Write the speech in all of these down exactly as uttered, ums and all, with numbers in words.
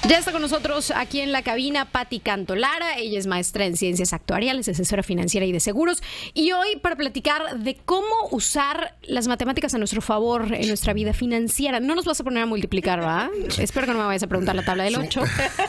Ya está con nosotros aquí en la cabina Pati Cantolara. Ella es maestra en ciencias actuariales, asesora financiera y de seguros. Y hoy para platicar de cómo usar las matemáticas a nuestro favor en nuestra vida financiera. No nos vas a poner a multiplicar, ¿va? Espero que no me vayas a preguntar la tabla del ocho.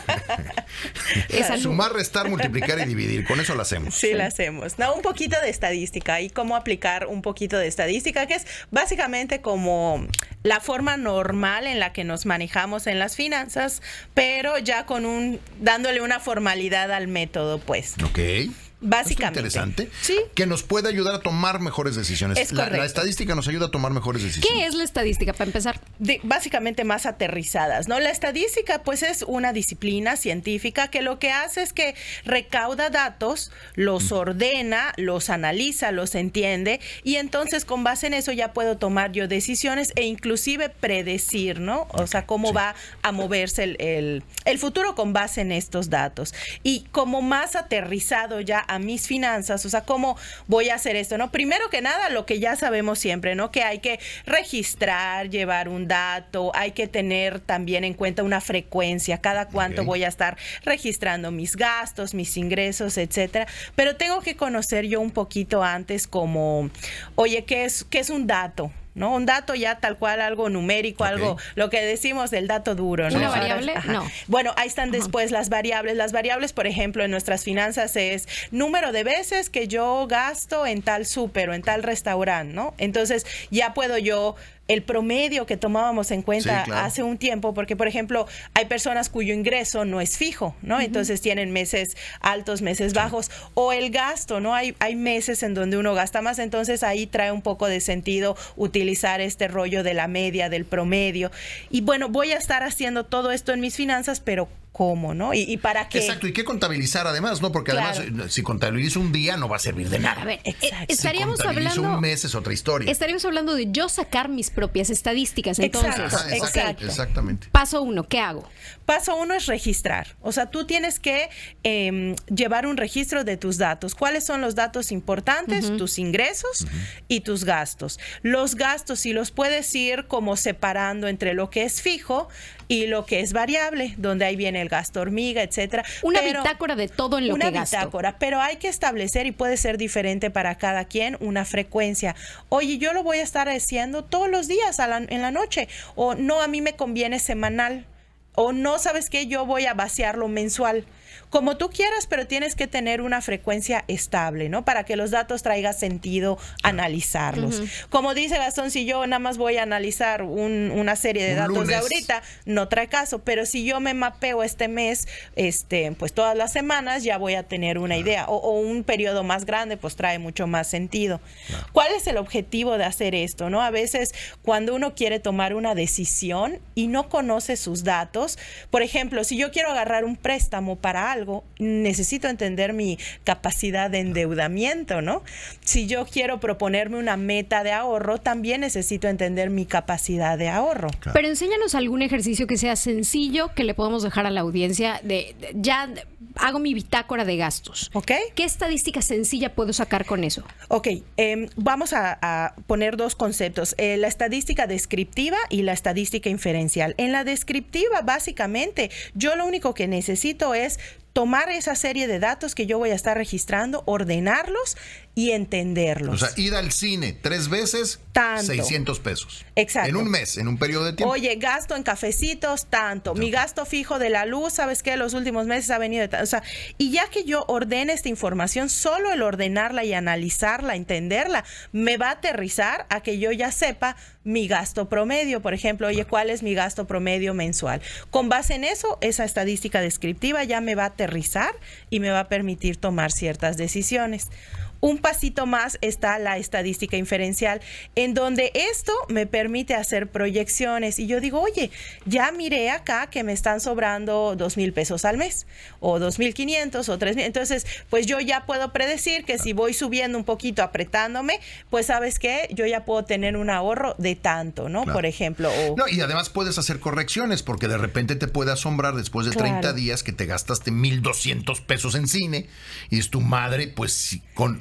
Sumar, restar, multiplicar y dividir. Con eso lo hacemos. Sí, lo hacemos. No, un poquito de estadística y cómo aplicar un poquito de estadística, que es básicamente como la forma normal en la que nos manejamos en las finanzas, pero ya con un dándole una formalidad al método, pues. Ok. Básicamente. Es interesante. Sí. Que nos puede ayudar a tomar mejores decisiones. Es la, correcto. la estadística nos ayuda a tomar mejores decisiones. ¿Qué es la estadística, para empezar? De, básicamente más aterrizadas, ¿no? La estadística, pues, es una disciplina científica que lo que hace es que recauda datos, los ordena, los analiza, los entiende, y entonces con base en eso ya puedo tomar yo decisiones e inclusive predecir, ¿no? O sea, cómo sí. va a moverse el, el, el futuro con base en estos datos. Y como más aterrizado ya a mis finanzas, o sea, ¿cómo voy a hacer esto? ¿No? Primero que nada, lo que ya sabemos siempre, ¿no? Que hay que registrar, llevar un dato, hay que tener también en cuenta una frecuencia, cada cuánto okay. voy a estar registrando mis gastos, mis ingresos, etcétera. Pero tengo que conocer yo un poquito antes como, oye, ¿qué es, qué es un dato? ¿No? Un dato ya tal cual, algo numérico, okay. algo, lo que decimos del dato duro, ¿no? ¿Una variable? Ajá. No. Bueno, ahí están Ajá. después las variables. Las variables, por ejemplo, en nuestras finanzas es número de veces que yo gasto en tal súper o en tal restaurante, ¿no? Entonces, ya puedo yo el promedio que tomábamos en cuenta sí, claro. hace un tiempo, porque, por ejemplo, hay personas cuyo ingreso no es fijo, ¿no? Uh-huh. Entonces tienen meses altos, meses sí. bajos, o el gasto, ¿no? Hay, hay meses en donde uno gasta más, entonces ahí trae un poco de sentido utilizar este rollo de la media, del promedio. Y bueno, voy a estar haciendo todo esto en mis finanzas, pero ¿cómo, no? ¿Y, y para qué? Exacto, y qué contabilizar además, ¿no? Porque claro. además, si contabilizo un día no va a servir de nada. A ver, exacto. estaríamos si contabilizo hablando... un mes es otra historia. Estaríamos hablando de yo sacar mis propias estadísticas, entonces. Exacto, Ajá, exacto, exacto. Exactamente. Paso uno, ¿qué hago? Paso uno es registrar. O sea, tú tienes que eh, llevar un registro de tus datos. ¿Cuáles son los datos importantes? Uh-huh. Tus ingresos uh-huh. y tus gastos. Los gastos, si los puedes ir como separando entre lo que es fijo y lo que es variable, donde ahí viene el gasto hormiga, etcétera. Una pero, bitácora de todo en lo que gasto. Una bitácora, pero hay que establecer, y puede ser diferente para cada quien, una frecuencia. Oye, yo lo voy a estar haciendo todos los días a la, en la noche, o no, a mí me conviene semanal, o no, ¿sabes qué? Yo voy a vaciarlo mensual. Como tú quieras, pero tienes que tener una frecuencia estable, ¿no? Para que los datos traigan sentido analizarlos. Uh-huh. Como dice Gastón, si yo nada más voy a analizar un, una serie de un datos lunes. de ahorita, no trae caso. Pero si yo me mapeo este mes, este, pues todas las semanas ya voy a tener una idea. O, o un periodo más grande, pues trae mucho más sentido. Claro. ¿Cuál es el objetivo de hacer esto, no? A veces cuando uno quiere tomar una decisión y no conoce sus datos, por ejemplo, si yo quiero agarrar un préstamo para algo, necesito entender mi capacidad de endeudamiento, ¿no? Si yo quiero proponerme una meta de ahorro, también necesito entender mi capacidad de ahorro. Claro. Pero enséñanos algún ejercicio que sea sencillo, que le podamos dejar a la audiencia de, de ya hago mi bitácora de gastos. ¿Ok? ¿Qué estadística sencilla puedo sacar con eso? Ok, eh, vamos a, a poner dos conceptos, eh, la estadística descriptiva y la estadística inferencial. En la descriptiva, básicamente, yo lo único que necesito es tomar esa serie de datos que yo voy a estar registrando, ordenarlos y entenderlos. O sea, ir al cine tres veces, tanto. seiscientos pesos. Exacto. En un mes, en un periodo de tiempo. Oye, gasto en cafecitos, tanto. No. Mi gasto fijo de la luz, ¿sabes qué? Los últimos meses ha venido de tanto. O sea, y ya que yo ordene esta información, solo el ordenarla y analizarla, entenderla, me va a aterrizar a que yo ya sepa mi gasto promedio. Por ejemplo, oye, ¿cuál es mi gasto promedio mensual? Con base en eso, esa estadística descriptiva ya me va a aterrizar y me va a permitir tomar ciertas decisiones. Un pasito más está la estadística inferencial, en donde esto me permite hacer proyecciones. Y yo digo, oye, ya miré acá que me están sobrando dos mil pesos al mes, o dos mil quinientos, o tres mil. Entonces, pues yo ya puedo predecir que si voy subiendo un poquito, apretándome, pues ¿sabes qué? Yo ya puedo tener un ahorro de tanto, ¿no? Claro. Por ejemplo. O... No, y además puedes hacer correcciones, porque de repente te puede asombrar después de claro. treinta días que te gastaste mil doscientos pesos en cine, y es tu madre, pues con...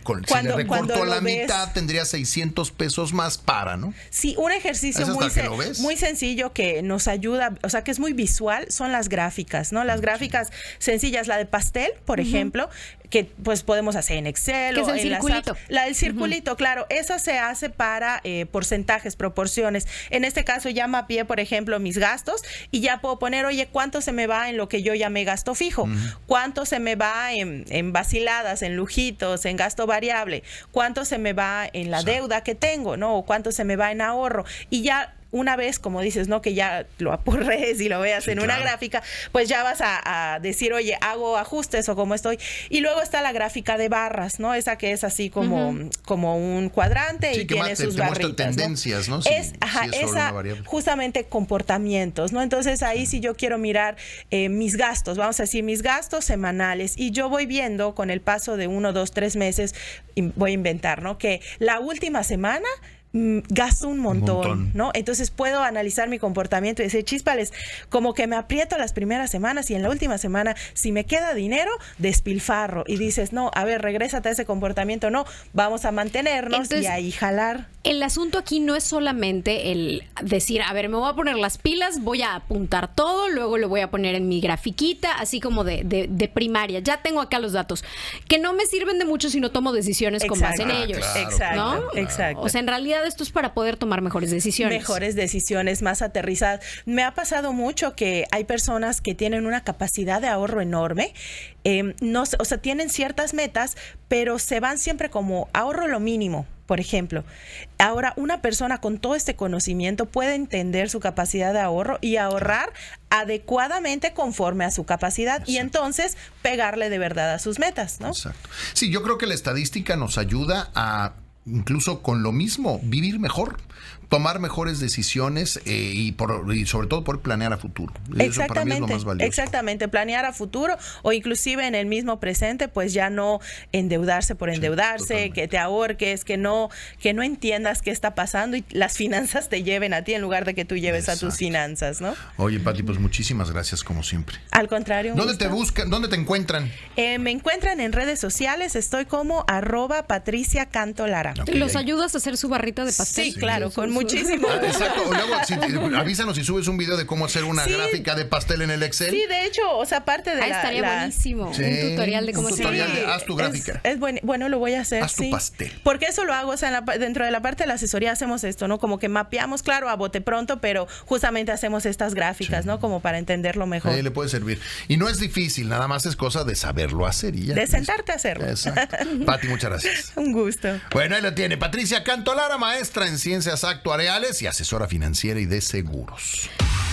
con, Cuando- si le recorto cuando a la lo ves- mitad, tendría seiscientos pesos más para, ¿no? Sí, un ejercicio ¿Es hasta muy, que sen- lo ves? muy sencillo que nos ayuda, o sea, que es muy visual, son las gráficas, ¿no? Las gráficas sencillas, la de pastel, por ejemplo, que pues podemos hacer en Excel Que es o el en las circulito. apps. La del circulito, claro, eso se hace para eh, porcentajes, proporciones. En este caso ya mapeé, por ejemplo, mis gastos y ya puedo poner, oye, ¿cuánto se me va en lo que yo llamé gasto fijo? ¿Cuánto se me va en, en vaciladas, en lujitos, en gasto variable? ¿Cuánto se me va en la deuda que tengo, ¿no? O cuánto se me va en ahorro. Y ya una vez, como dices, ¿no? Que ya lo apurres y lo veas Sí, en una claro. gráfica, pues ya vas a, a decir, oye, hago ajustes o cómo estoy. Y luego está la gráfica de barras, ¿no? Esa que es así como, uh-huh. como un cuadrante Sí, y que tiene ma- te- sus te muestra barritas, ¿no? tendencias, ¿no? Si- Es, si ajá, es solo esa, una variable. justamente comportamientos, ¿no? Entonces ahí si yo quiero mirar eh, mis gastos, vamos a decir mis gastos semanales y yo voy viendo con el paso de uno, dos, tres meses, y voy a inventar, ¿no? Que la última semana mm, gasto un montón, montón. ¿no? Entonces puedo analizar mi comportamiento y decir, chispales, como que me aprieto las primeras semanas y en la última semana, si me queda dinero, despilfarro. Y dices, no, a ver, regrésate a ese comportamiento, no, vamos a mantenernos Entonces, y ahí jalar. El asunto aquí no es solamente el decir, a ver, me voy a poner las pilas, voy a apuntar todo, luego lo voy a poner en mi grafiquita, así como de, de, de primaria. Ya tengo acá los datos, que no me sirven de mucho si no tomo decisiones con base en Exacto. ellos. Claro, Exacto, ¿no? exacto. O sea, en realidad esto es para poder tomar mejores decisiones. Mejores decisiones, más aterrizadas. Me ha pasado mucho que hay personas que tienen una capacidad de ahorro enorme, eh, no, sé, o sea, tienen ciertas metas, pero se van siempre como ahorro lo mínimo. Por ejemplo, ahora una persona con todo este conocimiento puede entender su capacidad de ahorro y ahorrar adecuadamente conforme a su capacidad. Exacto. Y entonces pegarle de verdad a sus metas, ¿no? Exacto. Sí, yo creo que la estadística nos ayuda a, incluso con lo mismo, vivir mejor, tomar mejores decisiones eh, y, por, y sobre todo por planear a futuro. Eso para mí es lo más valioso. Exactamente, planear a futuro o inclusive en el mismo presente, pues ya no endeudarse por endeudarse, sí, que te ahorques, que no, que no entiendas qué está pasando y las finanzas te lleven a ti en lugar de que tú lleves Exacto. a tus finanzas, ¿no? Oye, Pati, pues muchísimas gracias como siempre. Al contrario. ¿Dónde gusto. te buscan? ¿Dónde te encuentran? Eh, me encuentran en redes sociales, estoy como arroba Patricia Canto Lara. Okay. ¿Los ayudas a hacer su barrita de pastel? Sí, sí. claro, con muchísimo. Ah, exacto. O luego, si, avísanos si subes un video de cómo hacer una sí. gráfica de pastel en el Excel. Sí, de hecho, o sea, parte de ah, la... estaría la... buenísimo. Sí. Un tutorial de cómo un hacer. tutorial sí, de, haz tu gráfica. Es, es buen, bueno, lo voy a hacer, Haz sí. tu pastel. Porque eso lo hago, o sea, en la, dentro de la parte de la asesoría hacemos esto, ¿no? Como que mapeamos, claro, a bote pronto, pero justamente hacemos estas gráficas, sí. ¿no? Como para entenderlo mejor. Ahí le puede servir. Y no es difícil, nada más es cosa de saberlo hacer y ya. De sentarte a hacerlo. Exacto. Pati, muchas gracias. Un gusto. Bueno, ahí lo tiene. Patricia Canto Lara, maestra en ciencias actuariales y asesora financiera y de seguros.